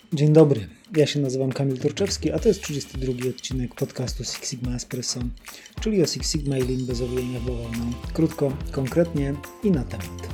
Dzień dobry, ja się nazywam Kamil Torczewski, a to jest 32 odcinek podcastu Six Sigma Espresso, czyli o Six Sigma i Lean bez owijania w bawełnę. Krótko, konkretnie i na temat.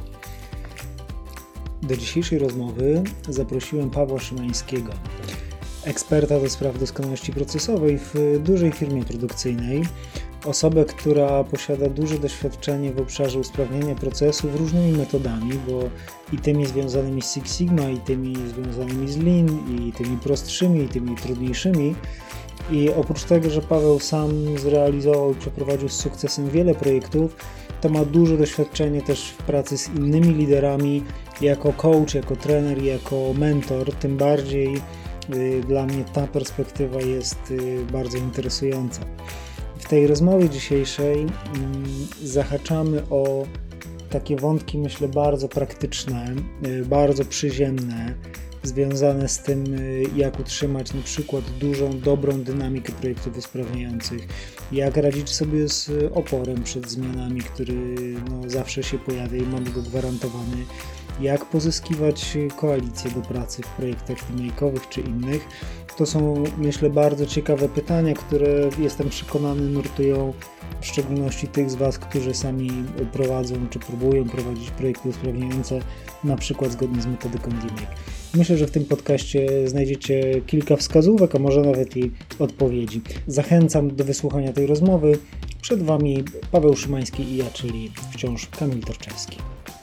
Do dzisiejszej rozmowy zaprosiłem Pawła Szymańskiego, eksperta do spraw doskonałości procesowej w dużej firmie produkcyjnej, osobę, która posiada duże doświadczenie w obszarze usprawniania procesów różnymi metodami, bo i tymi związanymi z Six Sigma, i tymi związanymi z Lean, i tymi prostszymi, i tymi trudniejszymi. I oprócz tego, że Paweł sam zrealizował i przeprowadził z sukcesem wiele projektów, to ma duże doświadczenie też w pracy z innymi liderami, jako coach, jako trener, jako mentor. Tym bardziej dla mnie ta perspektywa jest bardzo interesująca. W tej rozmowie dzisiejszej zahaczamy o takie wątki, myślę, bardzo praktyczne, bardzo przyziemne, związane z tym, jak utrzymać na przykład dużą, dobrą dynamikę projektów usprawniających, jak radzić sobie z oporem przed zmianami, który zawsze się pojawia i mamy go gwarantowany, jak pozyskiwać koalicję do pracy w projektach teammake'owych czy innych. To są, myślę, bardzo ciekawe pytania, które jestem przekonany nurtują w szczególności tych z Was, którzy sami prowadzą czy próbują prowadzić projekty usprawniające, na przykład zgodnie z metodyką DMake. Myślę, że w tym podcaście znajdziecie kilka wskazówek, a może nawet i odpowiedzi. Zachęcam do wysłuchania tej rozmowy. Przed Wami Paweł Szymański i ja, czyli wciąż Kamil Torczewski.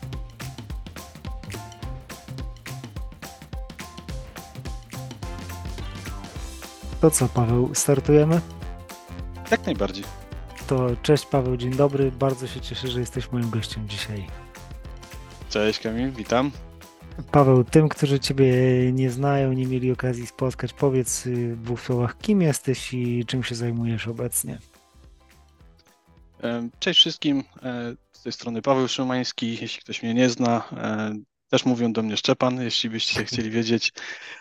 To co, Paweł, startujemy? Jak najbardziej. To cześć Paweł, dzień dobry. Bardzo się cieszę, że jesteś moim gościem dzisiaj. Cześć Kamil, witam. Paweł, tym, którzy Ciebie nie znają, nie mieli okazji spotkać, powiedz w dwóch słowach, kim jesteś i czym się zajmujesz obecnie. Cześć wszystkim, z tej strony Paweł Szymański. Jeśli ktoś mnie nie zna, też mówią do mnie Szczepan, jeśli byście chcieli wiedzieć.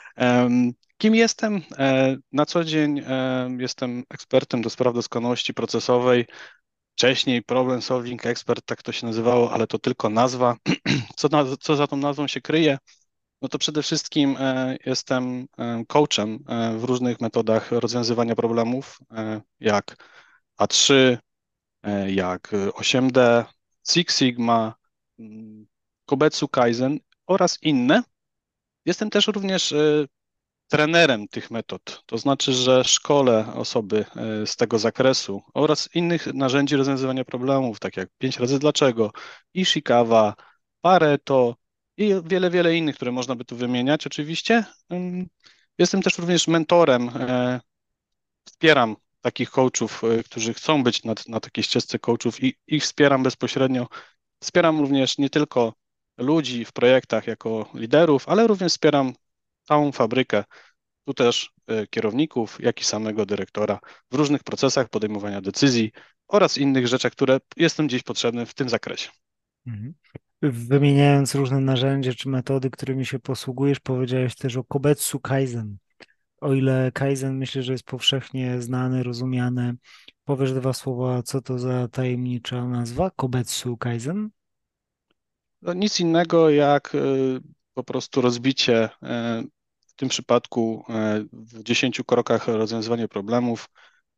Kim jestem? Na co dzień jestem ekspertem do spraw doskonałości procesowej. Wcześniej Problem Solving Expert, tak to się nazywało, ale to tylko nazwa. Co za tą nazwą się kryje? No to przede wszystkim jestem coachem w różnych metodach rozwiązywania problemów, jak A3, jak 8D, Six Sigma, Kobetsu Kaizen oraz inne. Jestem też również trenerem tych metod, to znaczy, że szkolę osoby z tego zakresu oraz innych narzędzi rozwiązywania problemów, tak jak 5 razy dlaczego, Ishikawa, Pareto i wiele, wiele innych, które można by tu wymieniać oczywiście. Jestem też również mentorem, wspieram takich coachów, którzy chcą być na takiej ścieżce coachów i ich wspieram bezpośrednio. Wspieram również nie tylko ludzi w projektach jako liderów, ale również wspieram całą fabrykę, tu też kierowników, jak i samego dyrektora w różnych procesach podejmowania decyzji oraz innych rzeczach, które jestem gdzieś potrzebny w tym zakresie. Mhm. Wymieniając różne narzędzia czy metody, którymi się posługujesz, powiedziałeś też o Kobetsu Kaizen. O ile Kaizen myślę, że jest powszechnie znany, rozumiany, powiesz dwa słowa, co to za tajemnicza nazwa? Kobetsu Kaizen? No, nic innego jak po prostu rozbicie, w tym przypadku w 10 krokach rozwiązywanie problemów,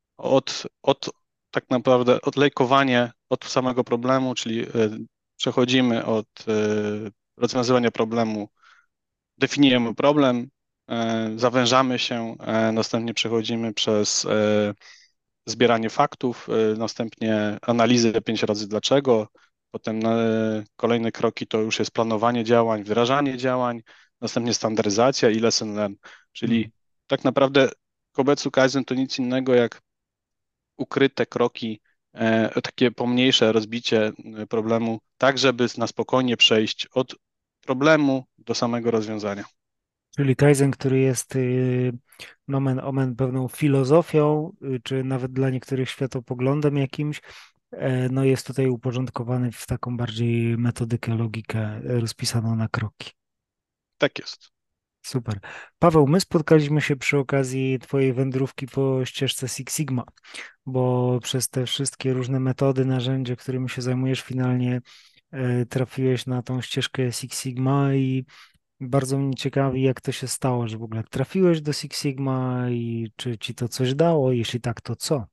od tak naprawdę odlejkowanie od samego problemu, czyli przechodzimy od rozwiązywania problemu, definiujemy problem, zawężamy się, następnie przechodzimy przez zbieranie faktów, następnie analizę 5 razy dlaczego, potem kolejne kroki to już jest planowanie działań, wdrażanie działań, następnie standaryzacja i lesson learn, czyli tak naprawdę Kobetsu Kaizen to nic innego jak ukryte kroki, takie pomniejsze rozbicie problemu, tak żeby na spokojnie przejść od problemu do samego rozwiązania. Czyli Kaizen, który jest nomen omen pewną filozofią, czy nawet dla niektórych światopoglądem jakimś, no jest tutaj uporządkowany w taką bardziej metodykę, logikę rozpisaną na kroki. Tak jest. Super. Paweł, my spotkaliśmy się przy okazji Twojej wędrówki po ścieżce Six Sigma, bo przez te wszystkie różne metody, narzędzia, którymi się zajmujesz, finalnie trafiłeś na tą ścieżkę Six Sigma i Bardzo mnie ciekawi, jak to się stało, że w ogóle trafiłeś do Six Sigma i czy ci to coś dało? Jeśli tak, to co?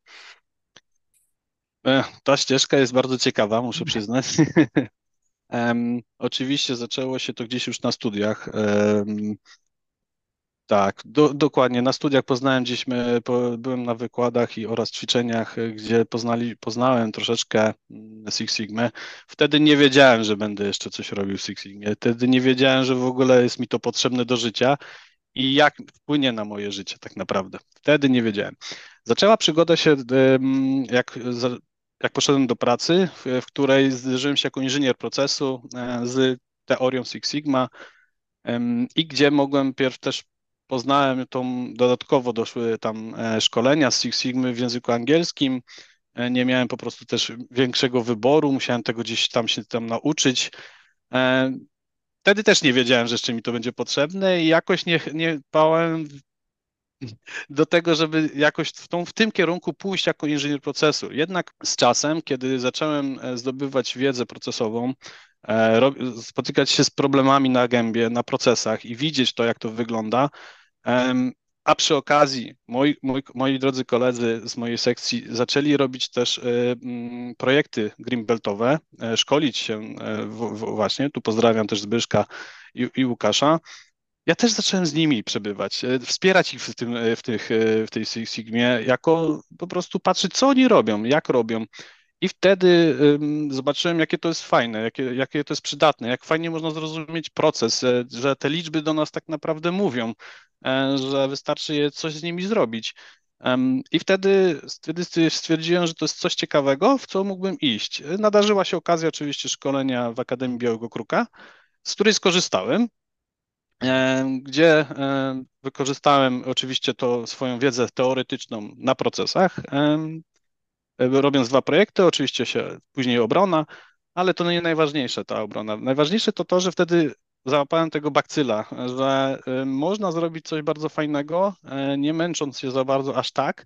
Ta ścieżka jest bardzo ciekawa, muszę przyznać. Oczywiście zaczęło się to gdzieś już na studiach. Tak, dokładnie. Na studiach poznałem byłem na wykładach oraz ćwiczeniach, gdzie poznałem troszeczkę Six Sigma. Wtedy nie wiedziałem, że będę jeszcze coś robił w Six Sigmie. Wtedy nie wiedziałem, że w ogóle jest mi to potrzebne do życia i jak wpłynie na moje życie tak naprawdę. Wtedy nie wiedziałem. Zaczęła przygoda się, jak poszedłem do pracy, w której zderzyłem się jako inżynier procesu z teorią Six Sigma. I gdzie mogłem pierw też poznałem tą, dodatkowo doszły tam szkolenia z Six Sigmy w języku angielskim. Nie miałem po prostu też większego wyboru, musiałem tego gdzieś tam się tam nauczyć. E, Wtedy też nie wiedziałem, że jeszcze mi to będzie potrzebne i jakoś nie pałem do tego, żeby jakoś w tym kierunku pójść jako inżynier procesu. Jednak z czasem, kiedy zacząłem zdobywać wiedzę procesową, spotykać się z problemami na gębie, na procesach i widzieć to, jak to wygląda, a przy okazji moi drodzy koledzy z mojej sekcji zaczęli robić też projekty greenbeltowe, szkolić się właśnie, tu pozdrawiam też Zbyszka i Łukasza, ja też zacząłem z nimi przebywać, wspierać ich w tej Sigmie, jako po prostu patrzeć, co oni robią, jak robią. I wtedy zobaczyłem, jakie to jest fajne, jakie to jest przydatne, jak fajnie można zrozumieć proces, że te liczby do nas tak naprawdę mówią, że wystarczy coś z nimi zrobić. I wtedy stwierdziłem, że to jest coś ciekawego, w co mógłbym iść. Nadarzyła się okazja oczywiście szkolenia w Akademii Białego Kruka, z której skorzystałem, gdzie wykorzystałem oczywiście to swoją wiedzę teoretyczną na procesach, robiąc dwa projekty, oczywiście się później obrona, ale to nie najważniejsze ta obrona. Najważniejsze to to, że wtedy załapałem tego bakcyla, że można zrobić coś bardzo fajnego, nie męcząc się za bardzo aż tak,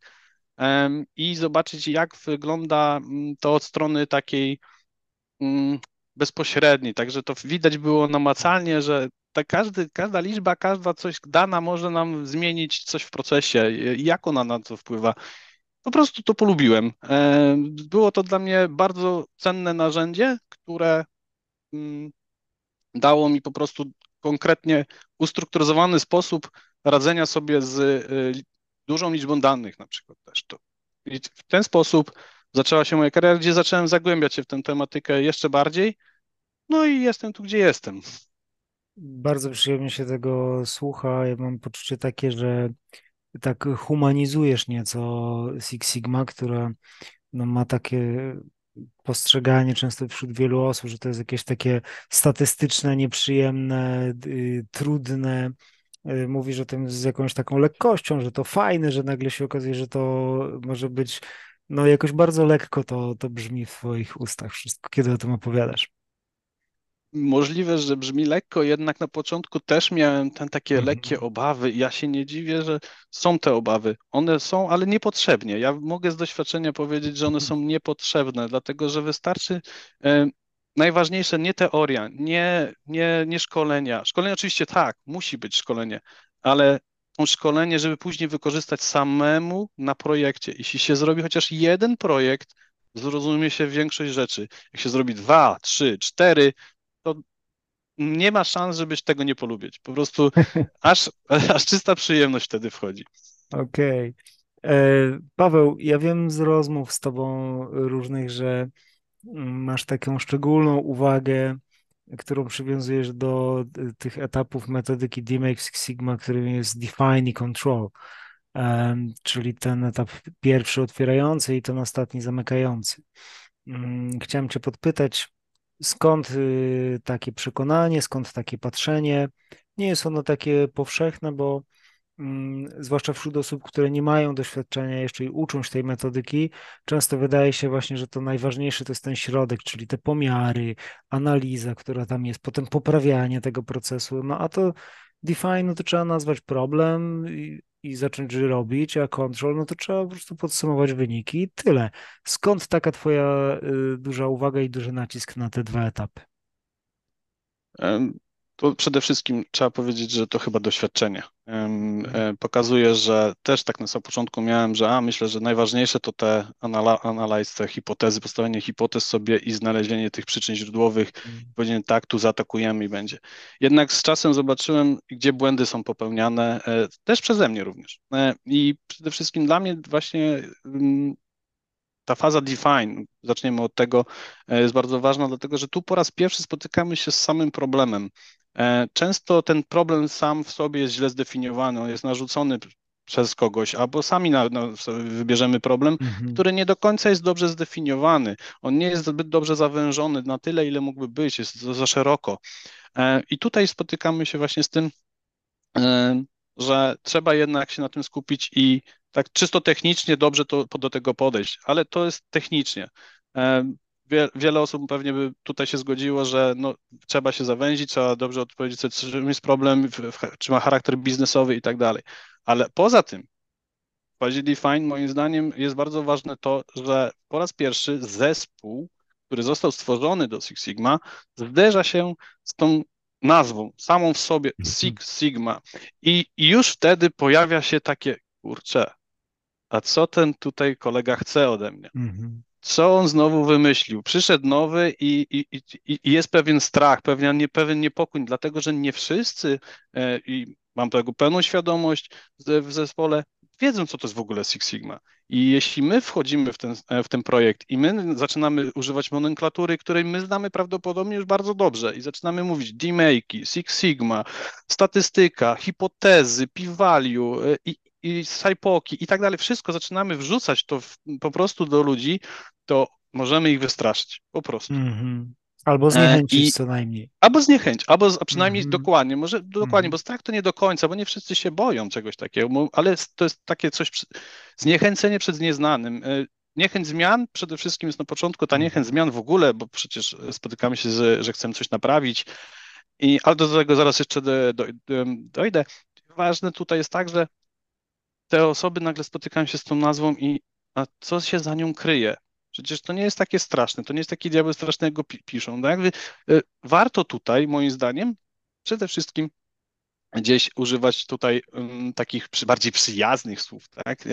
i zobaczyć, jak wygląda to od strony takiej mm, bezpośredni, także to widać było namacalnie, że każda liczba, każda coś dana może nam zmienić coś w procesie. Jak ona na to wpływa? Po prostu to polubiłem. Było to dla mnie bardzo cenne narzędzie, które mm, dało mi po prostu konkretnie ustrukturyzowany sposób radzenia sobie z dużą liczbą danych na przykład też to. I w ten sposób zaczęła się moja kariera, gdzie zacząłem zagłębiać się w tę tematykę jeszcze bardziej. No i jestem tu, gdzie jestem. Bardzo przyjemnie się tego słucha. Ja mam poczucie takie, że tak humanizujesz nieco Six Sigma, która no, ma takie postrzeganie często wśród wielu osób, że to jest jakieś takie statystyczne, nieprzyjemne, trudne. Mówisz o tym z jakąś taką lekkością, że to fajne, że nagle się okazuje, że to może być, no jakoś bardzo lekko to brzmi w twoich ustach wszystko, kiedy o tym opowiadasz. Możliwe, że brzmi lekko, jednak na początku też miałem takie lekkie Mhm. obawy i ja się nie dziwię, że są te obawy. One są, ale niepotrzebnie. Ja mogę z doświadczenia powiedzieć, że one są niepotrzebne, dlatego że wystarczy najważniejsze nie teoria, nie szkolenia. Szkolenie oczywiście tak, musi być szkolenie, ale to szkolenie, żeby później wykorzystać samemu na projekcie. Jeśli się zrobi chociaż jeden projekt, zrozumie się większość rzeczy. Jak się zrobi dwa, trzy, cztery, to nie ma szans, żebyś tego nie polubić. Po prostu aż czysta przyjemność wtedy wchodzi. Okej. Paweł, ja wiem z rozmów z tobą różnych, że masz taką szczególną uwagę, którą przywiązujesz do tych etapów metodyki DMake Six Sigma, którym jest Define i Control, czyli ten etap pierwszy otwierający i ten ostatni zamykający. Chciałem Cię podpytać, skąd takie przekonanie, skąd takie patrzenie? Nie jest ono takie powszechne, bo zwłaszcza wśród osób, które nie mają doświadczenia jeszcze i uczą się tej metodyki, często wydaje się właśnie, że to najważniejsze to jest ten środek, czyli te pomiary, analiza, która tam jest, potem poprawianie tego procesu. No a to define, no to trzeba nazwać problem i zacząć robić, a control, no to trzeba po prostu podsumować wyniki i tyle. Skąd taka twoja duża uwaga i duży nacisk na te dwa etapy? To przede wszystkim trzeba powiedzieć, że to chyba doświadczenie. Pokazuje, że też tak na samym początku miałem, że myślę, że najważniejsze to te analiz, te hipotezy, postawienie hipotez sobie i znalezienie tych przyczyn źródłowych. Powiedziałem tak, tu zaatakujemy i będzie. Jednak z czasem zobaczyłem, gdzie błędy są popełniane, też przeze mnie również. I przede wszystkim dla mnie właśnie ta faza define, zaczniemy od tego, jest bardzo ważna, dlatego że tu po raz pierwszy spotykamy się z samym problemem. Często ten problem sam w sobie jest źle zdefiniowany, on jest narzucony przez kogoś, albo sami sobie wybierzemy problem, Mhm. który nie do końca jest dobrze zdefiniowany. On nie jest zbyt dobrze zawężony na tyle, ile mógłby być, jest za szeroko. I tutaj spotykamy się właśnie z tym, e, że trzeba jednak się na tym skupić i tak czysto technicznie dobrze do tego podejść, ale to jest technicznie. E, Wiele osób pewnie by tutaj się zgodziło, że no, trzeba się zawęzić, trzeba dobrze odpowiedzieć sobie, czym jest problem, czy ma charakter biznesowy i tak dalej. Ale poza tym, w fazie Define moim zdaniem jest bardzo ważne to, że po raz pierwszy zespół, który został stworzony do Six Sigma, zderza się z tą nazwą, samą w sobie Mhm. Six Sigma. I już wtedy pojawia się takie, kurczę, a co ten tutaj kolega chce ode mnie? Mhm. Co on znowu wymyślił? Przyszedł nowy i jest pewien strach, pewien niepokój, dlatego że nie wszyscy, i mam tego pełną świadomość w zespole, wiedzą, co to jest w ogóle Six Sigma. I jeśli my wchodzimy w ten projekt i my zaczynamy używać nomenklatury, której my znamy prawdopodobnie już bardzo dobrze i zaczynamy mówić D-Make, Six Sigma, statystyka, hipotezy, p-value i sajpoki i tak dalej, wszystko zaczynamy wrzucać to po prostu do ludzi, to możemy ich wystraszyć, po prostu. Mhm. Albo I zniechęcić co najmniej. albo zniechęć, albo a przynajmniej Mhm. dokładnie, może dokładnie, Mhm. bo strach to nie do końca, bo nie wszyscy się boją czegoś takiego, ale to jest takie coś, zniechęcenie przed nieznanym. Niechęć zmian przede wszystkim jest na początku, ta niechęć Mhm. zmian w ogóle, bo przecież spotykamy się, że chcemy coś naprawić, ale do tego zaraz jeszcze dojdę. Ważne tutaj jest tak, że te osoby nagle spotykają się z tą nazwą a co się za nią kryje? Przecież to nie jest takie straszne, to nie jest taki diabeł straszny, jak go piszą. No jakby warto tutaj, moim zdaniem, przede wszystkim gdzieś używać tutaj takich bardziej przyjaznych słów, tak?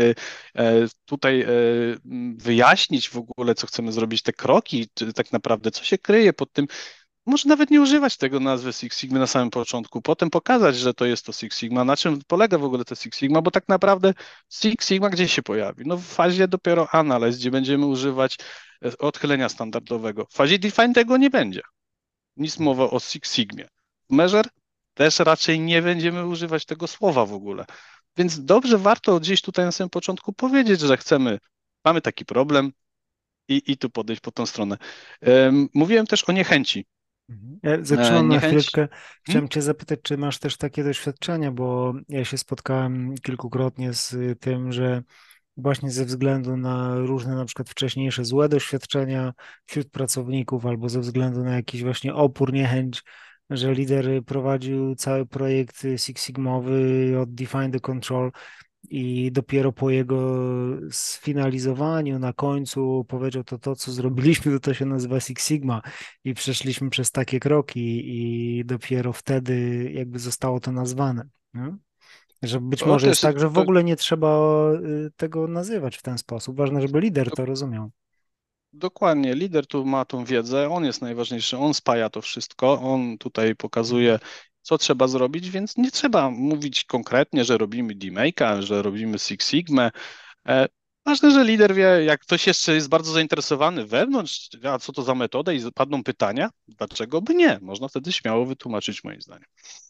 Tutaj wyjaśnić w ogóle, co chcemy zrobić, te kroki, czy tak naprawdę, co się kryje pod tym, może nawet nie używać tego nazwy Six Sigma na samym początku, potem pokazać, że to jest to Six Sigma, na czym polega w ogóle to Six Sigma, bo tak naprawdę Six Sigma gdzie się pojawi? No w fazie dopiero Analyze, gdzie będziemy używać odchylenia standardowego. W fazie Define tego nie będzie. Nic mowa o Six Sigmie. W Measure też raczej nie będziemy używać tego słowa w ogóle. Więc dobrze warto gdzieś tutaj na samym początku powiedzieć, że mamy taki problem i tu podejść po tą stronę. Mówiłem też o niechęci. Mhm. Ja zatrzymam na Niechęć. chwileczkę. Hmm? Chciałem Cię zapytać, czy masz też takie doświadczenia, bo ja się spotkałem kilkukrotnie z tym, że właśnie ze względu na różne na przykład wcześniejsze złe doświadczenia wśród pracowników albo ze względu na jakiś właśnie opór, niechęć, że lider prowadził cały projekt Six Sigmowy od Define the Control i dopiero po jego sfinalizowaniu na końcu powiedział to, co zrobiliśmy, to się nazywa Six Sigma i przeszliśmy przez takie kroki i dopiero wtedy jakby zostało to nazwane. Nie? Że być To może jest też tak, że w ogóle nie trzeba tego nazywać w ten sposób. Ważne, żeby lider do, to rozumiał. dokładnie. Lider tu ma tą wiedzę, on jest najważniejszy, on spaja to wszystko, on tutaj pokazuje, co trzeba zrobić, więc nie trzeba mówić konkretnie, że robimy D-Make'a, że robimy Six Sigma. Ważne, że lider wie, jak ktoś jeszcze jest bardzo zainteresowany wewnątrz, a co to za metoda i padną pytania, dlaczego by nie? Można wtedy śmiało wytłumaczyć, moim zdaniem.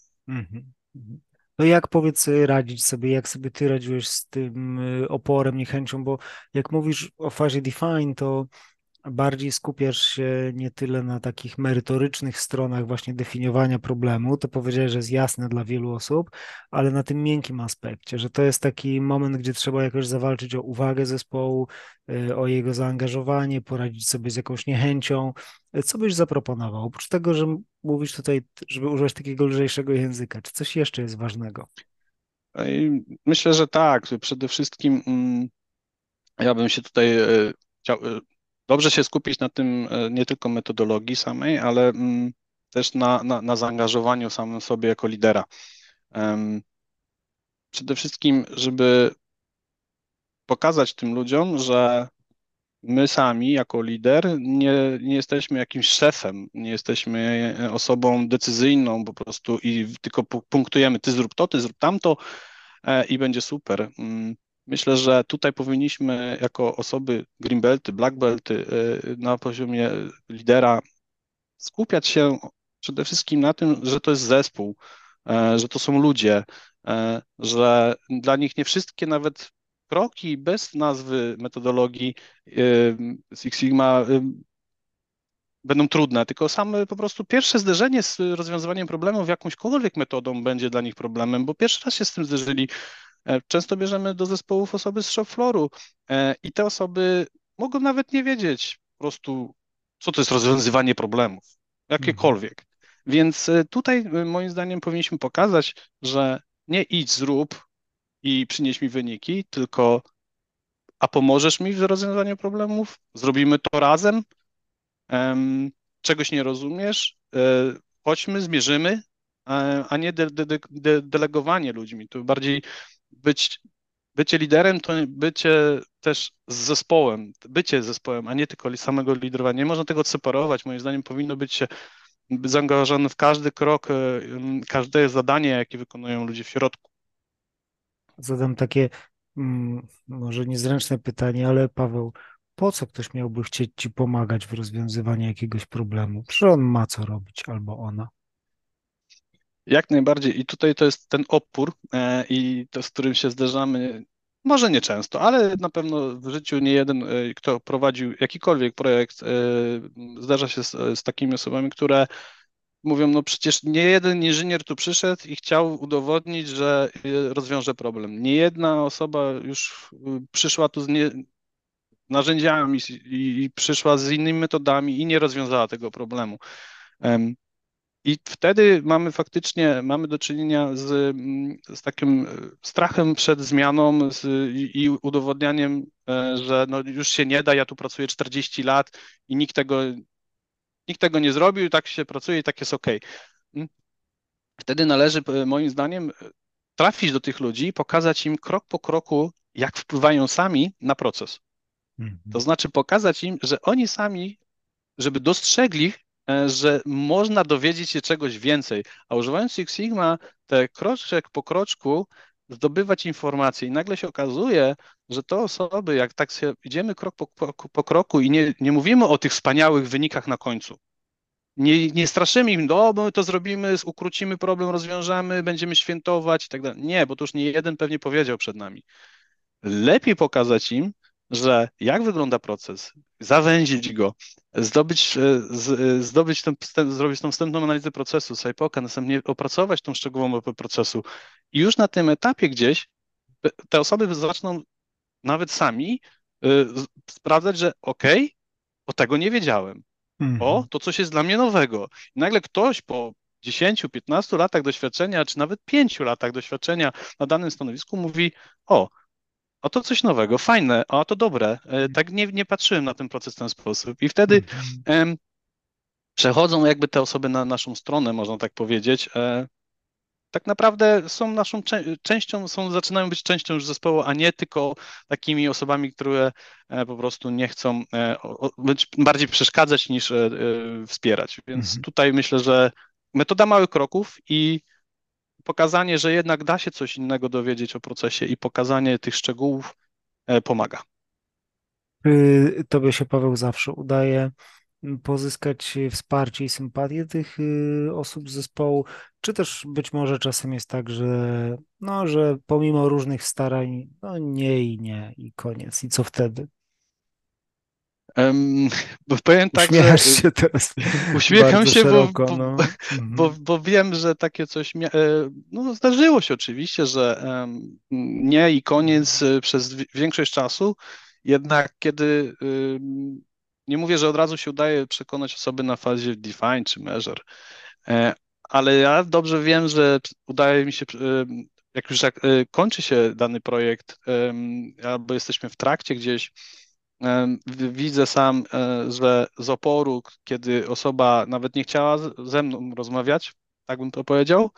Mhm. Mhm. No jak powiedz radzić sobie, jak sobie ty radziłeś z tym oporem, niechęcią, bo jak mówisz o fazie define, to bardziej skupiasz się nie tyle na takich merytorycznych stronach właśnie definiowania problemu, to powiedziałeś, że jest jasne dla wielu osób, ale na tym miękkim aspekcie, że to jest taki moment, gdzie trzeba jakoś zawalczyć o uwagę zespołu, o jego zaangażowanie, poradzić sobie z jakąś niechęcią. Co byś zaproponował? Oprócz tego, że mówisz tutaj, żeby używać takiego lżejszego języka, czy coś jeszcze jest ważnego? I myślę, że tak. Przede wszystkim ja bym się tutaj chciał dobrze się skupić na tym nie tylko metodologii samej, ale też na zaangażowaniu samym sobie jako lidera. Em, Przede wszystkim, żeby pokazać tym ludziom, że my sami jako lider nie jesteśmy jakimś szefem, nie jesteśmy osobą decyzyjną po prostu i tylko punktujemy, ty zrób tamto i będzie super. Myślę, że tutaj powinniśmy jako osoby green belty, black belty na poziomie lidera skupiać się przede wszystkim na tym, że to jest zespół, że to są ludzie, że dla nich nie wszystkie nawet kroki bez nazwy metodologii Six Sigma będą trudne, tylko same po prostu pierwsze zderzenie z rozwiązywaniem problemów jakąśkolwiek metodą będzie dla nich problemem, bo pierwszy raz się z tym zderzyli. Często bierzemy do zespołów osoby z shop flooru i te osoby mogą nawet nie wiedzieć po prostu, co to jest rozwiązywanie problemów, Mhm. jakiekolwiek. Więc tutaj moim zdaniem powinniśmy pokazać, że nie idź, zrób i przynieś mi wyniki, tylko a pomożesz mi w rozwiązaniu problemów? Zrobimy to razem? Czegoś nie rozumiesz? Chodźmy, zmierzymy, a nie delegowanie ludźmi. To bardziej być bycie liderem to bycie też z zespołem, bycie zespołem, a nie tylko samego liderowania. Nie można tego odseparować. Moim zdaniem powinno być się zaangażowany w każdy krok, każde zadanie, jakie wykonują ludzie w środku. Zadam takie może niezręczne pytanie, ale Paweł, po co ktoś miałby chcieć ci pomagać w rozwiązywaniu jakiegoś problemu? Przecież on ma co robić albo ona. Jak najbardziej. I tutaj to jest ten opór i to, z którym się zderzamy, może nie często, ale na pewno w życiu nie jeden, kto prowadził jakikolwiek projekt, zdarza się z takimi osobami, które mówią, no przecież nie jeden inżynier tu przyszedł i chciał udowodnić, że rozwiąże problem. Nie jedna osoba już przyszła tu z narzędziami i przyszła z innymi metodami i nie rozwiązała tego problemu. I wtedy mamy do czynienia z takim strachem przed zmianą i udowodnianiem, że no już się nie da, ja tu pracuję 40 lat i nikt tego nie zrobił, tak się pracuje i tak jest OK. Wtedy należy, moim zdaniem, trafić do tych ludzi i pokazać im krok po kroku, jak wpływają sami na proces. To Mhm. znaczy pokazać im, że oni sami, żeby dostrzegli, że można dowiedzieć się czegoś więcej, a używając Six Sigma, te kroczek po kroczku zdobywać informacje i nagle się okazuje, że te osoby, jak tak się idziemy krok po kroku i nie mówimy o tych wspaniałych wynikach na końcu, nie straszymy im, no, bo my to zrobimy, ukrócimy problem, rozwiążemy, będziemy świętować i tak dalej. Nie, bo to już nie jeden pewnie powiedział przed nami. Lepiej pokazać im, że jak wygląda proces, zawęzić go, zrobić tą wstępną analizę procesu, SIPOK-a, następnie opracować tą szczegółową mapę procesu. I już na tym etapie gdzieś te osoby zaczną nawet sami sprawdzać, że okej, o tego nie wiedziałem. O, Mhm. to coś jest dla mnie nowego. I nagle ktoś po 10-15 latach doświadczenia, czy nawet 5 latach doświadczenia na danym stanowisku mówi, o to coś nowego, fajne, o to dobre. Tak nie patrzyłem na ten proces w ten sposób. I wtedy Mhm. em, przechodzą jakby te osoby na naszą stronę, można tak powiedzieć. Tak naprawdę są naszą częścią, zaczynają być częścią już zespołu, a nie tylko takimi osobami, które po prostu nie chcą być bardziej przeszkadzać niż wspierać. Więc Mhm. tutaj myślę, że metoda małych kroków i pokazanie, że jednak da się coś innego dowiedzieć o procesie i pokazanie tych szczegółów pomaga. Tobie się, Paweł, zawsze udaje pozyskać wsparcie i sympatię tych osób z zespołu, czy też być może czasem jest tak, że, no, że pomimo różnych starań, no nie i nie i koniec. I co wtedy? Em, Bo powiem tak, że Uśmiechasz się teraz uśmiecham bardzo się, szeroko, no. Mhm. bo wiem, że takie coś no, zdarzyło się oczywiście, że nie i koniec przez większość czasu, jednak kiedy nie mówię, że od razu się udaje przekonać osoby na fazie define czy measure, e, ale ja dobrze wiem, że udaje mi się, jak już kończy się dany projekt, albo jesteśmy w trakcie gdzieś, Widzę sam, że z oporu, kiedy osoba nawet nie chciała ze mną rozmawiać, tak bym to powiedział,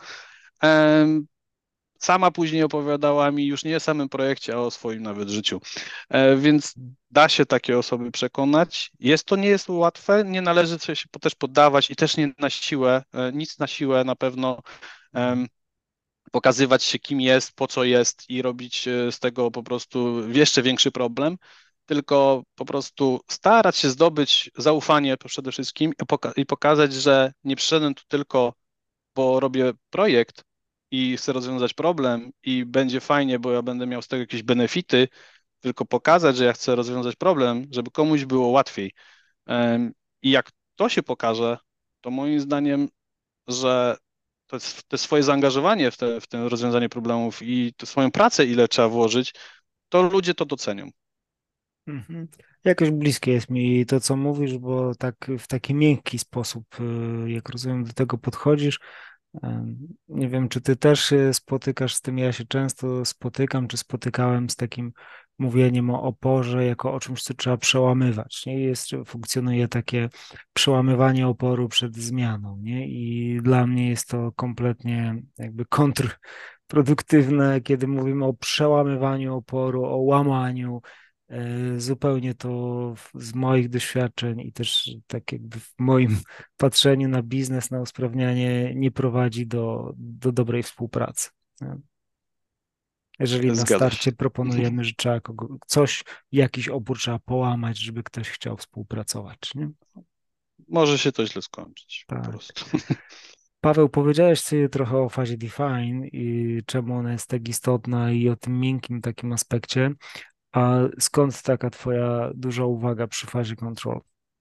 sama później opowiadała mi już nie o samym projekcie, a o swoim nawet życiu. Więc da się takie osoby przekonać. Nie jest łatwe, nie należy się też poddawać i też nie na siłę, nic na siłę na pewno pokazywać się kim jest, po co jest i robić z tego po prostu jeszcze większy problem, tylko po prostu starać się zdobyć zaufanie przede wszystkim i pokazać, że nie przyszedłem tu tylko, bo robię projekt i chcę rozwiązać problem i będzie fajnie, bo ja będę miał z tego jakieś benefity, tylko pokazać, że ja chcę rozwiązać problem, żeby komuś było łatwiej. I jak to się pokaże, to moim zdaniem, że te swoje zaangażowanie w te rozwiązanie problemów i swoją pracę, ile trzeba włożyć, to ludzie to docenią. Mhm. Jakoś bliskie jest mi to, co mówisz, bo tak w taki miękki sposób, jak rozumiem, do tego podchodzisz. Nie wiem, czy ty też się spotykasz z tym. Ja się często spotykam, czy spotykałem z takim mówieniem o oporze jako o czymś, co trzeba przełamywać, nie? Funkcjonuje takie przełamywanie oporu przed zmianą, nie? I dla mnie jest to kompletnie jakby kontrproduktywne, kiedy mówimy o przełamywaniu oporu, o łamaniu. Zupełnie to z moich doświadczeń i też tak jakby w moim patrzeniu na biznes, na usprawnianie nie prowadzi do dobrej współpracy. Nie? Jeżeli na Zgadza się. starcie proponujemy, że trzeba coś, jakiś opór trzeba połamać, żeby ktoś chciał współpracować, nie? Może się to źle skończyć po Tak. prostu. Paweł, powiedziałeś sobie trochę o fazie define i czemu ona jest tak istotna i o tym miękkim takim aspekcie. A skąd taka twoja duża uwaga przy fazie control?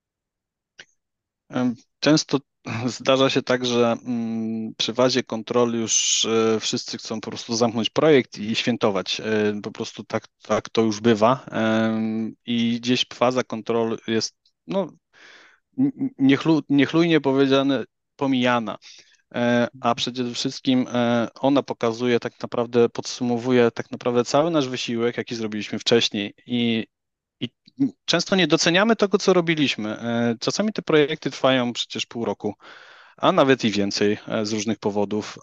Często zdarza się tak, że przy fazie kontroli już wszyscy chcą po prostu zamknąć projekt i świętować. Po prostu tak to już bywa. I gdzieś faza kontrol jest, no, niechlujnie powiedziane, pomijana. A przede wszystkim ona pokazuje tak naprawdę, podsumowuje tak naprawdę cały nasz wysiłek, jaki zrobiliśmy wcześniej i często nie doceniamy tego, co robiliśmy. Czasami te projekty trwają przecież pół roku, a nawet i więcej z różnych powodów.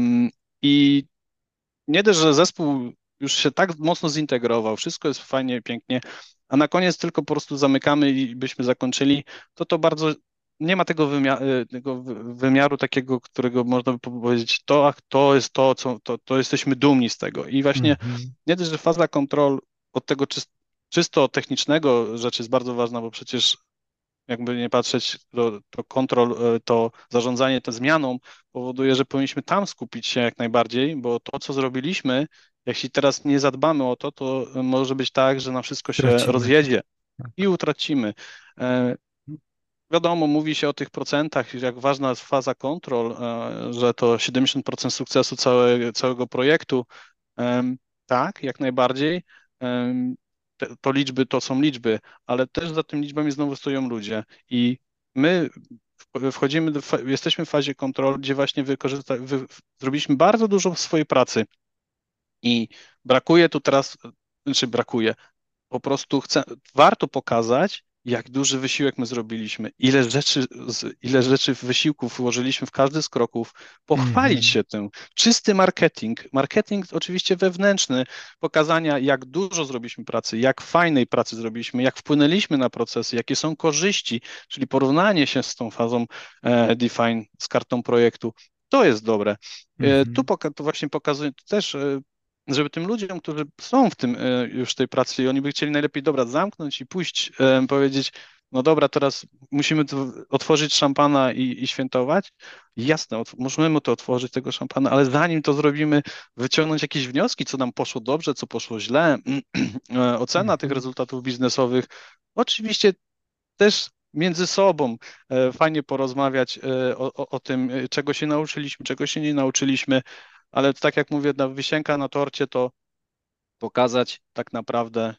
I nie dość, że zespół już się tak mocno zintegrował, wszystko jest fajnie, pięknie, a na koniec tylko po prostu zamykamy i byśmy zakończyli, to bardzo nie ma tego wymiaru takiego, którego można by powiedzieć, to jest to, to jesteśmy dumni z tego. I właśnie Mhm. nie dość, że faza kontrol od tego czysto technicznego rzecz jest bardzo ważna, bo przecież jakby nie patrzeć, to kontrol, to zarządzanie tą zmianą powoduje, że powinniśmy tam skupić się jak najbardziej, bo to, co zrobiliśmy, jeśli teraz nie zadbamy o to, to może być tak, że na wszystko się Tracimy. rozjedzie Tak. i utracimy. E, Wiadomo, mówi się o tych procentach, jak ważna jest faza kontrol, że to 70% sukcesu całego projektu. Tak, jak najbardziej. To liczby to są liczby, ale też za tymi liczbami znowu stoją ludzie. I my wchodzimy, jesteśmy w fazie kontrol, gdzie właśnie zrobiliśmy bardzo dużo swojej pracy i brakuje tu teraz, znaczy brakuje, po prostu warto pokazać, jak duży wysiłek my zrobiliśmy, ile rzeczy wysiłków włożyliśmy w każdy z kroków, pochwalić Mhm. się tym. Czysty marketing, marketing oczywiście wewnętrzny, pokazania, jak dużo zrobiliśmy pracy, jak fajnej pracy zrobiliśmy, jak wpłynęliśmy na procesy, jakie są korzyści, czyli porównanie się z tą fazą define, z kartą projektu. To jest dobre. Mhm. To właśnie pokazuje to też żeby tym ludziom, którzy są w tym już tej pracy i oni by chcieli najlepiej, dobra, zamknąć i pójść, powiedzieć, no dobra, teraz musimy tu otworzyć szampana i świętować. Jasne, możemy to otworzyć, tego szampana, ale zanim to zrobimy, wyciągnąć jakieś wnioski, co nam poszło dobrze, co poszło źle, ocena tych Mhm. rezultatów biznesowych. Oczywiście też między sobą fajnie porozmawiać o tym, czego się nauczyliśmy, czego się nie nauczyliśmy, ale tak jak mówię, wisienka na torcie to pokazać tak naprawdę,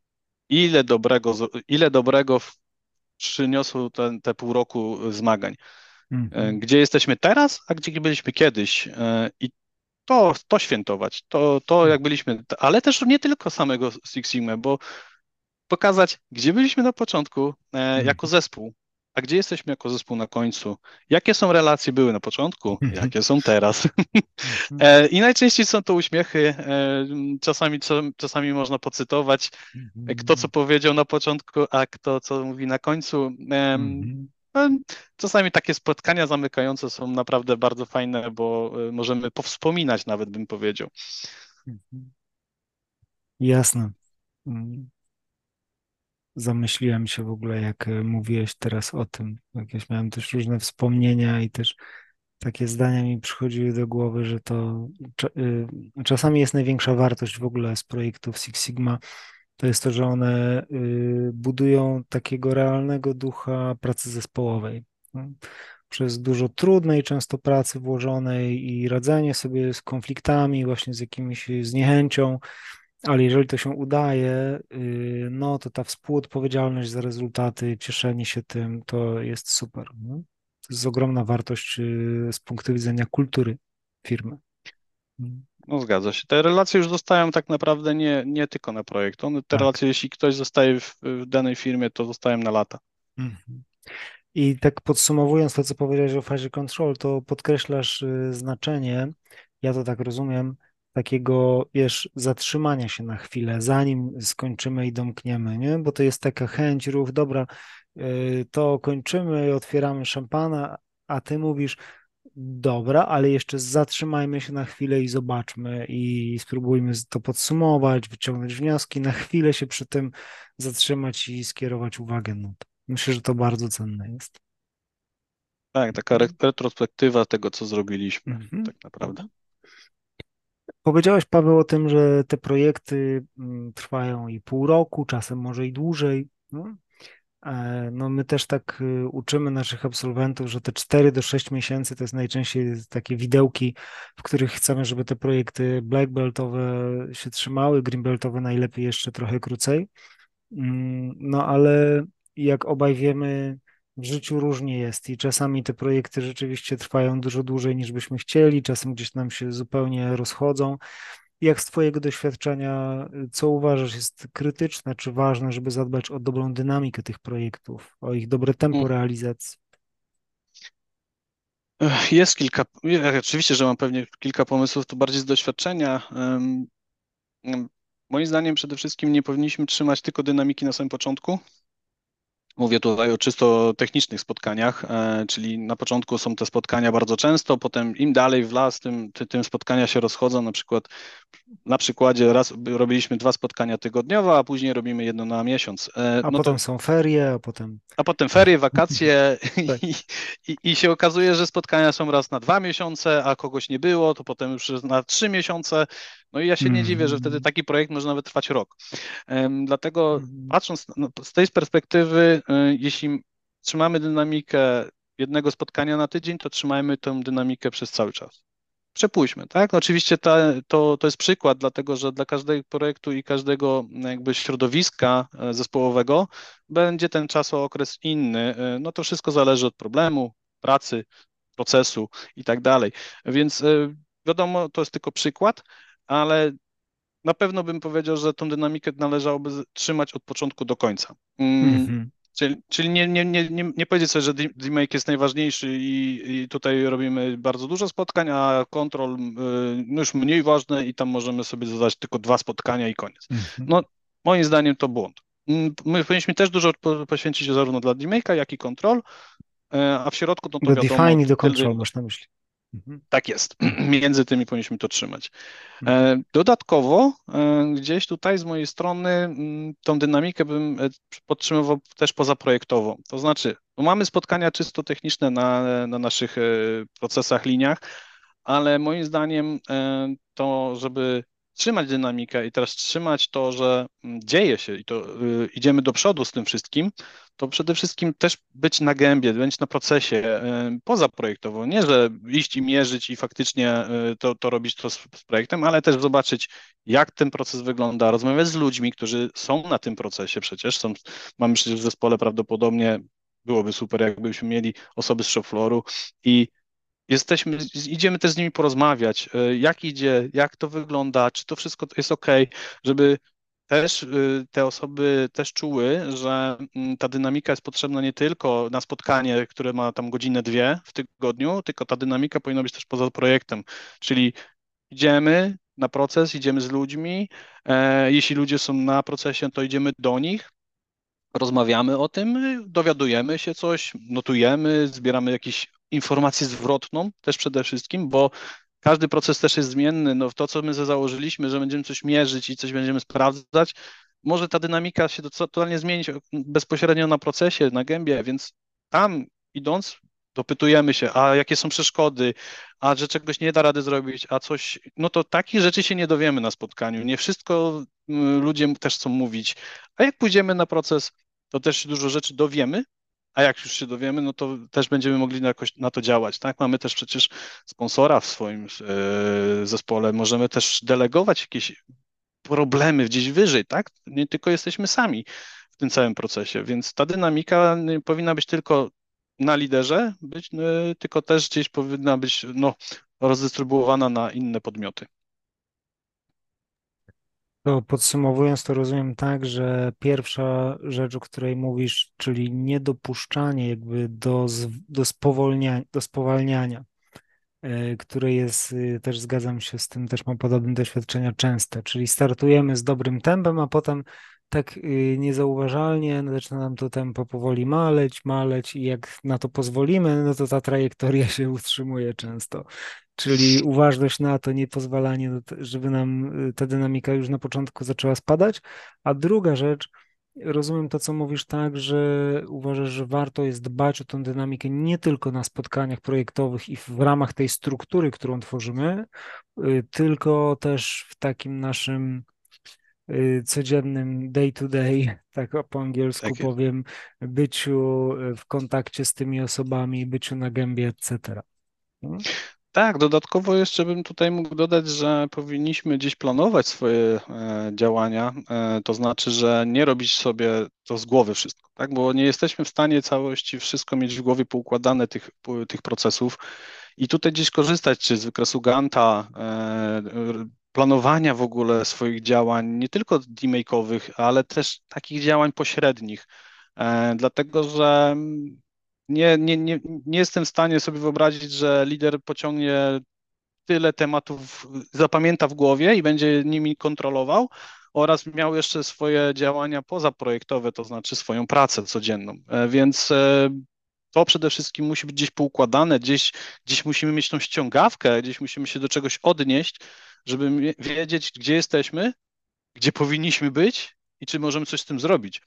ile dobrego przyniosło te pół roku zmagań. Mhm. Gdzie jesteśmy teraz, a gdzie byliśmy kiedyś. I to świętować, to jak byliśmy, ale też nie tylko samego Six Sigma, bo pokazać, gdzie byliśmy na początku jako Mhm. zespół, a gdzie jesteśmy jako zespół na końcu. Jakie są relacje były na początku, jakie są teraz. Mhm. I najczęściej są to uśmiechy. Czasami można pocytować, kto co Mhm. powiedział na początku, a kto co mówi na końcu. Mhm. No, czasami takie spotkania zamykające są naprawdę bardzo fajne, bo możemy powspominać nawet, bym powiedział. Mhm. Jasne. Mm. Zamyśliłem się w ogóle, jak mówiłeś teraz o tym. Jakieś miałem też różne wspomnienia i też takie zdania mi przychodziły do głowy, że to czasami jest największa wartość w ogóle z projektów Six Sigma. To jest to, że one budują takiego realnego ducha pracy zespołowej. No. Przez dużo trudnej często pracy włożonej i radzenie sobie z konfliktami, właśnie z jakimiś z niechęcią, ale jeżeli to się udaje, no to ta współodpowiedzialność za rezultaty, cieszenie się tym, to jest super. No. To jest ogromna wartość z punktu widzenia kultury firmy. Mm. No zgadza się. Te relacje już zostają tak naprawdę nie tylko na projekt. Te Tak. relacje, jeśli ktoś zostaje w danej firmie, to zostają na lata. Mhm. I tak podsumowując to, co powiedziałeś o fazie control, to podkreślasz znaczenie, ja to tak rozumiem, takiego, wiesz, zatrzymania się na chwilę, zanim skończymy i domkniemy, nie? Bo to jest taka chęć, ruch, dobra, to kończymy, otwieramy szampana, a ty mówisz, dobra, ale jeszcze zatrzymajmy się na chwilę i zobaczmy i spróbujmy to podsumować, wyciągnąć wnioski, na chwilę się przy tym zatrzymać i skierować uwagę na to. Myślę, że to bardzo cenne jest. Tak, taka retrospektywa tego, co zrobiliśmy, Mhm. tak naprawdę. Powiedziałeś, Paweł, o tym, że te projekty trwają i pół roku, czasem może i dłużej. No, no my też tak uczymy naszych absolwentów, że te 4 do 6 miesięcy to jest najczęściej takie widełki, w których chcemy, żeby te projekty black beltowe się trzymały, green beltowe najlepiej jeszcze trochę krócej. No ale jak obaj wiemy, w życiu różnie jest i czasami te projekty rzeczywiście trwają dużo dłużej niż byśmy chcieli, czasem gdzieś nam się zupełnie rozchodzą. Jak z Twojego doświadczenia, co uważasz jest krytyczne czy ważne, żeby zadbać o dobrą dynamikę tych projektów, o ich dobre tempo Mm. realizacji? Jest kilka, oczywiście, że mam pewnie kilka pomysłów, to bardziej z doświadczenia. Moim zdaniem przede wszystkim nie powinniśmy trzymać tylko dynamiki na samym początku. Mówię tutaj o czysto technicznych spotkaniach, czyli na początku są te spotkania bardzo często, potem im dalej w las, tym spotkania się rozchodzą. Na przykładzie raz robiliśmy 2 spotkania tygodniowo, a później robimy jedno na miesiąc. A No to potem są ferie, a potem... a potem ferie, wakacje Tak. i się okazuje, że spotkania są raz na 2 miesiące, a kogoś nie było, to potem już jest na 3 miesiące. No i ja się nie dziwię, że wtedy Mhm. taki projekt może nawet trwać rok. Dlatego Mhm. patrząc z tej perspektywy, jeśli trzymamy dynamikę jednego spotkania na tydzień, to trzymajmy tę dynamikę przez cały czas. Przepuśćmy, tak? Oczywiście to jest przykład, dlatego że dla każdego projektu i każdego jakby środowiska zespołowego będzie ten czasookres inny. No to wszystko zależy od problemu, pracy, procesu i tak dalej. Więc wiadomo, to jest tylko przykład, ale na pewno bym powiedział, że tą dynamikę należałoby trzymać od początku do końca. Mhm. Czyli nie powiedzieć sobie, że DMake jest najważniejszy i tutaj robimy bardzo dużo spotkań, a kontrol no już mniej ważne i tam możemy sobie zadać tylko 2 spotkania i koniec. Mhm. No, moim zdaniem to błąd. My powinniśmy też dużo poświęcić zarówno dla DMake'a, jak i kontrol, a w środku no to Do wiadomo, define i do tyle, control masz na myśli. Mhm. tak jest. Mhm. Między tymi powinniśmy to trzymać. Mhm. Dodatkowo, gdzieś tutaj z mojej strony tą dynamikę bym podtrzymywał też pozaprojektową. To znaczy, no mamy spotkania czysto techniczne na naszych procesach, liniach, ale moim zdaniem to, żeby trzymać dynamikę i teraz trzymać to, że dzieje się i to idziemy do przodu z tym wszystkim, to przede wszystkim też być na gębie, być na procesie pozaprojektowo. Nie, że iść i mierzyć i faktycznie to robić to z projektem, ale też zobaczyć, jak ten proces wygląda, rozmawiać z ludźmi, którzy są na tym procesie przecież. Mamy przecież w zespole prawdopodobnie, byłoby super, jakbyśmy mieli osoby z shop flooru i idziemy też z nimi porozmawiać, jak idzie, jak to wygląda, czy to wszystko jest ok, żeby też te osoby też czuły, że ta dynamika jest potrzebna nie tylko na spotkanie, które ma tam godzinę, dwie w tygodniu, tylko ta dynamika powinna być też poza projektem, czyli idziemy na proces, idziemy z ludźmi. Jeśli ludzie są na procesie, to idziemy do nich, rozmawiamy o tym, dowiadujemy się coś, notujemy, zbieramy jakąś informację zwrotną też przede wszystkim, bo każdy proces też jest zmienny. No, to, co my założyliśmy, że będziemy coś mierzyć i coś będziemy sprawdzać, może ta dynamika się totalnie zmienić bezpośrednio na procesie, na gębie, więc tam idąc, dopytujemy się, a jakie są przeszkody, a że czegoś nie da rady zrobić, a coś, no to takich rzeczy się nie dowiemy na spotkaniu. Nie wszystko ludzie też chcą mówić, a jak pójdziemy na proces, to też się dużo rzeczy dowiemy, a jak już się dowiemy, no to też będziemy mogli jakoś na to działać, tak? Mamy też przecież sponsora w swoim zespole, możemy też delegować jakieś problemy gdzieś wyżej, tak? Nie tylko jesteśmy sami w tym całym procesie, więc ta dynamika nie powinna być tylko na liderze, tylko też gdzieś powinna być no, rozdystrybuowana na inne podmioty. To podsumowując, to rozumiem tak, że pierwsza rzecz, o której mówisz, czyli niedopuszczanie jakby do spowolniania, do spowalniania, które jest, też zgadzam się z tym, też mam podobne doświadczenia częste, czyli startujemy z dobrym tempem, a potem tak niezauważalnie zaczyna nam to tempo powoli maleć i jak na to pozwolimy, no to ta trajektoria się utrzymuje często. Czyli uważność na to, nie pozwalanie, żeby nam ta dynamika już na początku zaczęła spadać. A druga rzecz, rozumiem to, co mówisz tak, że uważasz, że warto jest dbać o tę dynamikę nie tylko na spotkaniach projektowych i w ramach tej struktury, którą tworzymy, tylko też w takim naszym codziennym day to day, tak po angielsku Tak jest. powiem, byciu w kontakcie z tymi osobami, byciu na gębie, etc. Tak, dodatkowo jeszcze bym tutaj mógł dodać, że powinniśmy gdzieś planować swoje działania, to znaczy, że nie robić sobie to z głowy wszystko, tak? Bo nie jesteśmy w stanie całości wszystko mieć w głowie poukładane tych procesów i tutaj gdzieś korzystać czy z wykresu Ganta, planowania w ogóle swoich działań, nie tylko teammake'owych, ale też takich działań pośrednich, dlatego że nie jestem w stanie sobie wyobrazić, że lider pociągnie tyle tematów, zapamięta w głowie i będzie nimi kontrolował oraz miał jeszcze swoje działania pozaprojektowe, to znaczy swoją pracę codzienną. Więc to przede wszystkim musi być gdzieś poukładane, gdzieś musimy mieć tą ściągawkę, gdzieś musimy się do czegoś odnieść, żeby wiedzieć, gdzie jesteśmy, gdzie powinniśmy być i czy możemy coś z tym zrobić.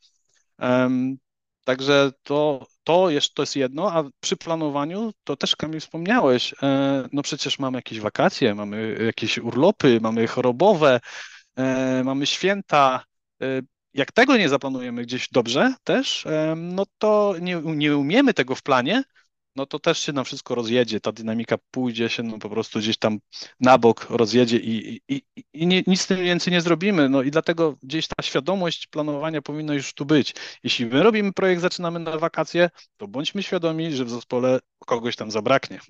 Także to jest jedno, a przy planowaniu to też, Kamil, wspomniałeś, no przecież mamy jakieś wakacje, mamy jakieś urlopy, mamy chorobowe, mamy święta. Jak tego nie zaplanujemy gdzieś dobrze też, no to nie umiemy tego w planie, no to też się nam wszystko rozjedzie, ta dynamika pójdzie się no po prostu gdzieś tam na bok rozjedzie i nic z tym więcej nie zrobimy. No i dlatego gdzieś ta świadomość planowania powinna już tu być. Jeśli my robimy projekt, zaczynamy na wakacje, to bądźmy świadomi, że w zespole kogoś tam zabraknie.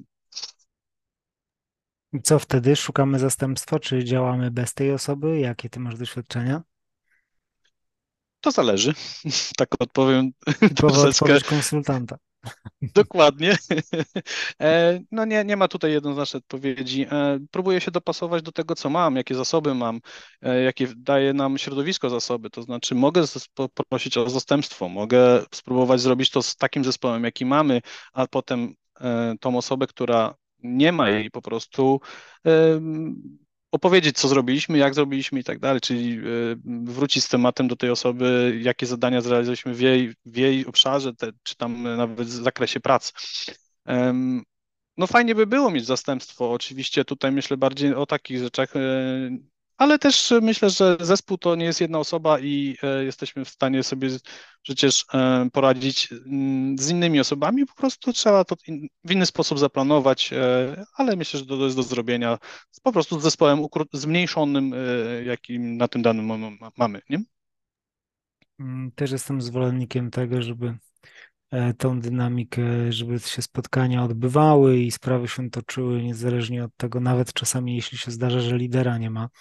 I co wtedy? Szukamy zastępstwa, czy działamy bez tej osoby? Jakie ty masz doświadczenia? To zależy. Tak odpowiem Typowa troszeczkę. odpowiedź konsultanta. Dokładnie. No nie ma tutaj jednoznacznej odpowiedzi. Próbuję się dopasować do tego, co mam, jakie zasoby mam, jakie daje nam środowisko zasoby. To znaczy mogę poprosić o zastępstwo, mogę spróbować zrobić to z takim zespołem, jaki mamy, a potem tą osobę, która nie ma jej po prostu opowiedzieć, co zrobiliśmy, jak zrobiliśmy i tak dalej, czyli wrócić z tematem do tej osoby, jakie zadania zrealizowaliśmy w jej obszarze, czy tam nawet w zakresie pracy. Em, No fajnie by było mieć zastępstwo, oczywiście tutaj myślę bardziej o takich rzeczach, ale też myślę, że zespół to nie jest jedna osoba i jesteśmy w stanie sobie przecież poradzić z innymi osobami, po prostu trzeba to w inny sposób zaplanować, ale myślę, że to jest do zrobienia po prostu z zespołem zmniejszonym, jakim na tym danym mamy, nie? Też jestem zwolennikiem tego, żeby tą dynamikę, żeby się spotkania odbywały i sprawy się toczyły niezależnie od tego, nawet czasami jeśli się zdarza, że lidera nie ma,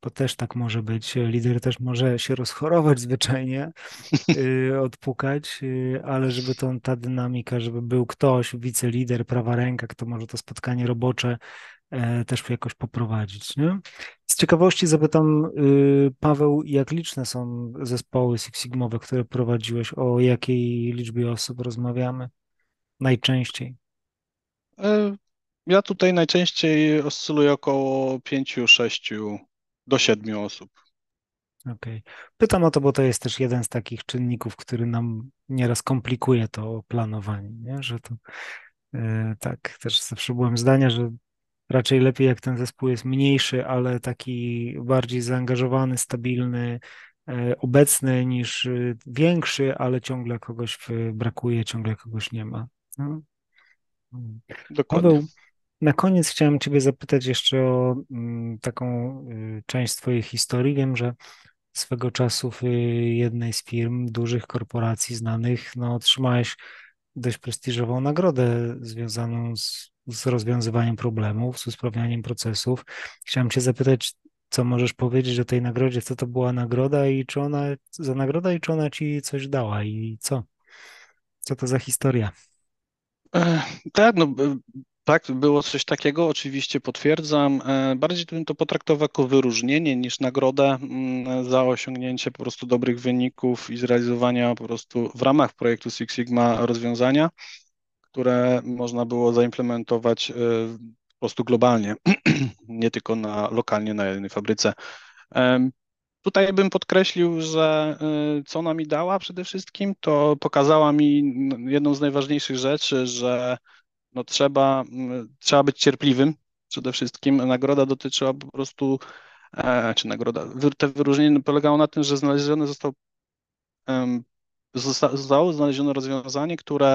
bo też tak może być. Lider też może się rozchorować zwyczajnie, odpukać, ale żeby ta dynamika, żeby był ktoś, wicelider, prawa ręka, kto może to spotkanie robocze też jakoś poprowadzić, nie? Z ciekawości zapytam, Paweł, jak liczne są zespoły Six Sigmowe, które prowadziłeś? O jakiej liczbie osób rozmawiamy najczęściej? E, Ja tutaj najczęściej oscyluję około 5, 6 do 7 osób. Okej. Pytam o to, bo to jest też jeden z takich czynników, który nam nieraz komplikuje to planowanie, nie? Że to tak, też zawsze byłem zdania, że raczej lepiej jak ten zespół jest mniejszy, ale taki bardziej zaangażowany, stabilny, obecny niż większy, ale ciągle kogoś brakuje, ciągle kogoś nie ma. No. Dokładnie. Paweł, na koniec chciałem Ciebie zapytać jeszcze o taką część Twojej historii. Wiem, że swego czasu w jednej z firm, dużych korporacji znanych, no, otrzymałeś dość prestiżową nagrodę związaną z rozwiązywaniem problemów, z usprawnianiem procesów. Chciałem Cię zapytać, co możesz powiedzieć o tej nagrodzie, co to była nagroda i czy ona, za nagroda i czy ona Ci coś dała i co? Co to za historia? E, Tak, no, tak, było coś takiego, oczywiście potwierdzam. Bardziej bym to potraktował jako wyróżnienie niż nagrodę za osiągnięcie po prostu dobrych wyników i zrealizowania po prostu w ramach projektu Six Sigma rozwiązania, które można było zaimplementować po prostu globalnie, nie tylko lokalnie na jednej fabryce. Tutaj bym podkreślił, że co ona mi dała przede wszystkim, to pokazała mi jedną z najważniejszych rzeczy, że no trzeba być cierpliwym przede wszystkim. Nagroda dotyczyła po prostu, czy nagroda, te wyróżnienie polegało na tym, że zostało znalezione rozwiązanie, które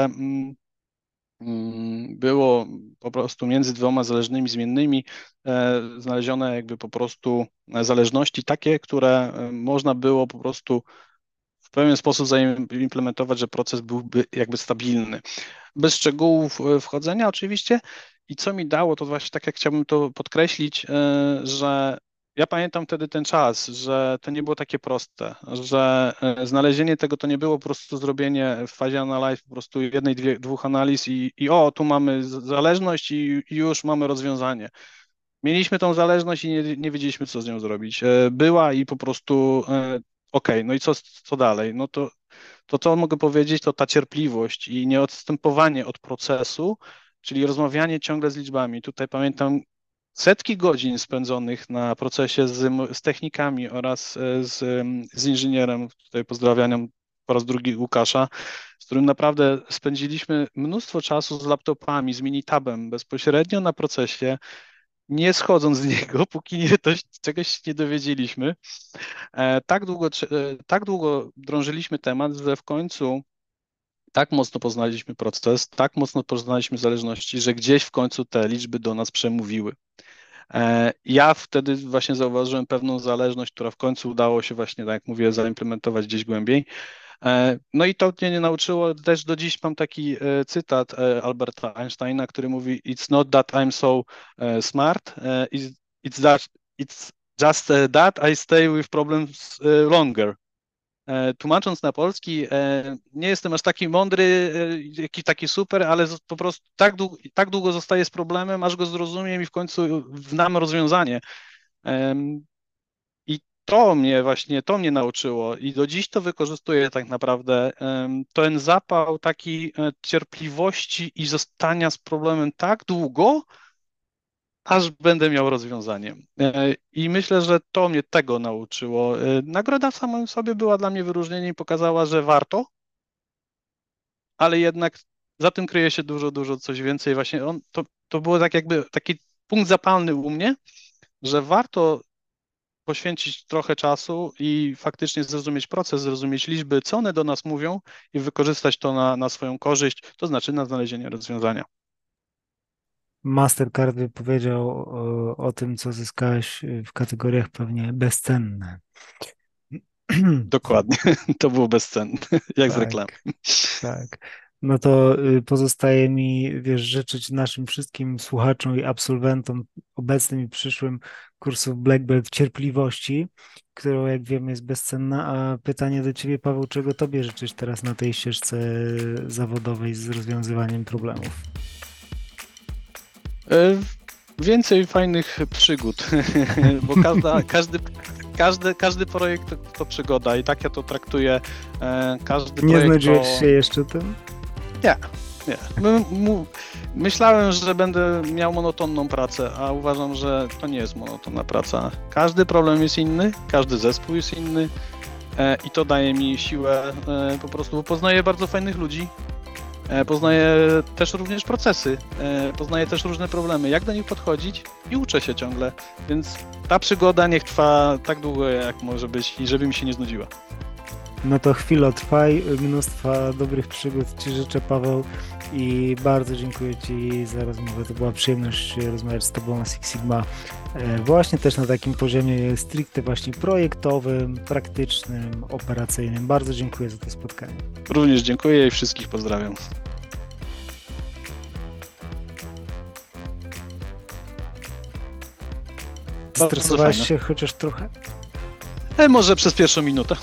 było po prostu między dwoma zależnymi zmiennymi, znalezione jakby po prostu zależności takie, które można było po prostu w pewien sposób zaimplementować, że proces byłby jakby stabilny. Bez szczegółów wchodzenia oczywiście. I co mi dało, to właśnie tak jak chciałbym to podkreślić, że ja pamiętam wtedy ten czas, że to nie było takie proste, że znalezienie tego to nie było po prostu zrobienie w fazie analiz po prostu jednej, dwóch analiz i o, tu mamy zależność i już mamy rozwiązanie. Mieliśmy tą zależność i nie wiedzieliśmy, co z nią zrobić. Była i po prostu okej, no i co dalej? No to co mogę powiedzieć, to ta cierpliwość i nieodstępowanie od procesu, czyli rozmawianie ciągle z liczbami. Tutaj pamiętam setki godzin spędzonych na procesie z technikami oraz z inżynierem. Tutaj pozdrawiam po raz drugi Łukasza, z którym naprawdę spędziliśmy mnóstwo czasu z laptopami, z Minitabem bezpośrednio na procesie, nie schodząc z niego, póki czegoś nie dowiedzieliśmy. Tak długo drążyliśmy temat, że w końcu tak mocno poznaliśmy proces, tak mocno poznaliśmy zależności, że gdzieś w końcu te liczby do nas przemówiły. Ja wtedy właśnie zauważyłem pewną zależność, która w końcu udało się właśnie, tak jak mówię, zaimplementować gdzieś głębiej. No i to mnie nie nauczyło. Też do dziś mam taki cytat Alberta Einsteina, który mówi: It's not that I'm so smart, it's that it's just that I stay with problems longer. Tłumacząc na polski, nie jestem aż taki mądry, jakiś taki super, ale po prostu tak długo zostaję z problemem, aż go zrozumiem i w końcu znam rozwiązanie. I to mnie nauczyło i do dziś to wykorzystuję tak naprawdę. Ten zapał taki cierpliwości i zostania z problemem tak długo, aż będę miał rozwiązanie. I myślę, że to mnie tego nauczyło. Nagroda w samym sobie była dla mnie wyróżnieniem i pokazała, że warto, ale jednak za tym kryje się dużo coś więcej. Właśnie to było tak jakby taki punkt zapalny u mnie, że warto poświęcić trochę czasu i faktycznie zrozumieć proces, zrozumieć liczby, co one do nas mówią i wykorzystać to na swoją korzyść, to znaczy na znalezienie rozwiązania. Mastercard wypowiedział o tym, co zyskałeś w kategoriach pewnie bezcenne. Dokładnie, to było bezcenne, jak z reklamy. Tak, tak. No to pozostaje mi, wiesz, życzyć naszym wszystkim słuchaczom i absolwentom obecnym i przyszłym kursów Black Belt cierpliwości, którą, jak wiemy, jest bezcenna. A pytanie do Ciebie, Paweł, czego Tobie życzyć teraz na tej ścieżce zawodowej z rozwiązywaniem problemów? E, Więcej fajnych przygód, bo każdy projekt to przygoda i tak ja to traktuję. Każdy Nie projekt znudziłeś to... się jeszcze tym? Nie, nie. Myślałem, że będę miał monotonną pracę, a uważam, że to nie jest monotonna praca. Każdy problem jest inny, każdy zespół jest inny i to daje mi siłę po prostu, bo poznaję bardzo fajnych ludzi, poznaję też również procesy, poznaję też różne problemy, jak do nich podchodzić i uczę się ciągle, więc ta przygoda niech trwa tak długo, jak może być i żeby mi się nie znudziła. No to chwilę trwaj, mnóstwa dobrych przygód Ci życzę, Paweł, i bardzo dziękuję Ci za rozmowę. To była przyjemność rozmawiać z Tobą o Six Sigma, właśnie też na takim poziomie stricte właśnie projektowym, praktycznym, operacyjnym. Bardzo dziękuję za to spotkanie. Również dziękuję i wszystkich pozdrawiam. Stresowałeś fajne. się chociaż trochę? Może przez pierwszą minutę.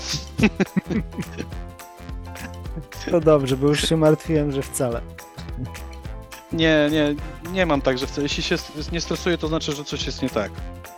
To dobrze, bo już się martwiłem, że wcale. Nie mam tak, że jeśli się nie stresuję, to znaczy, że coś jest nie tak.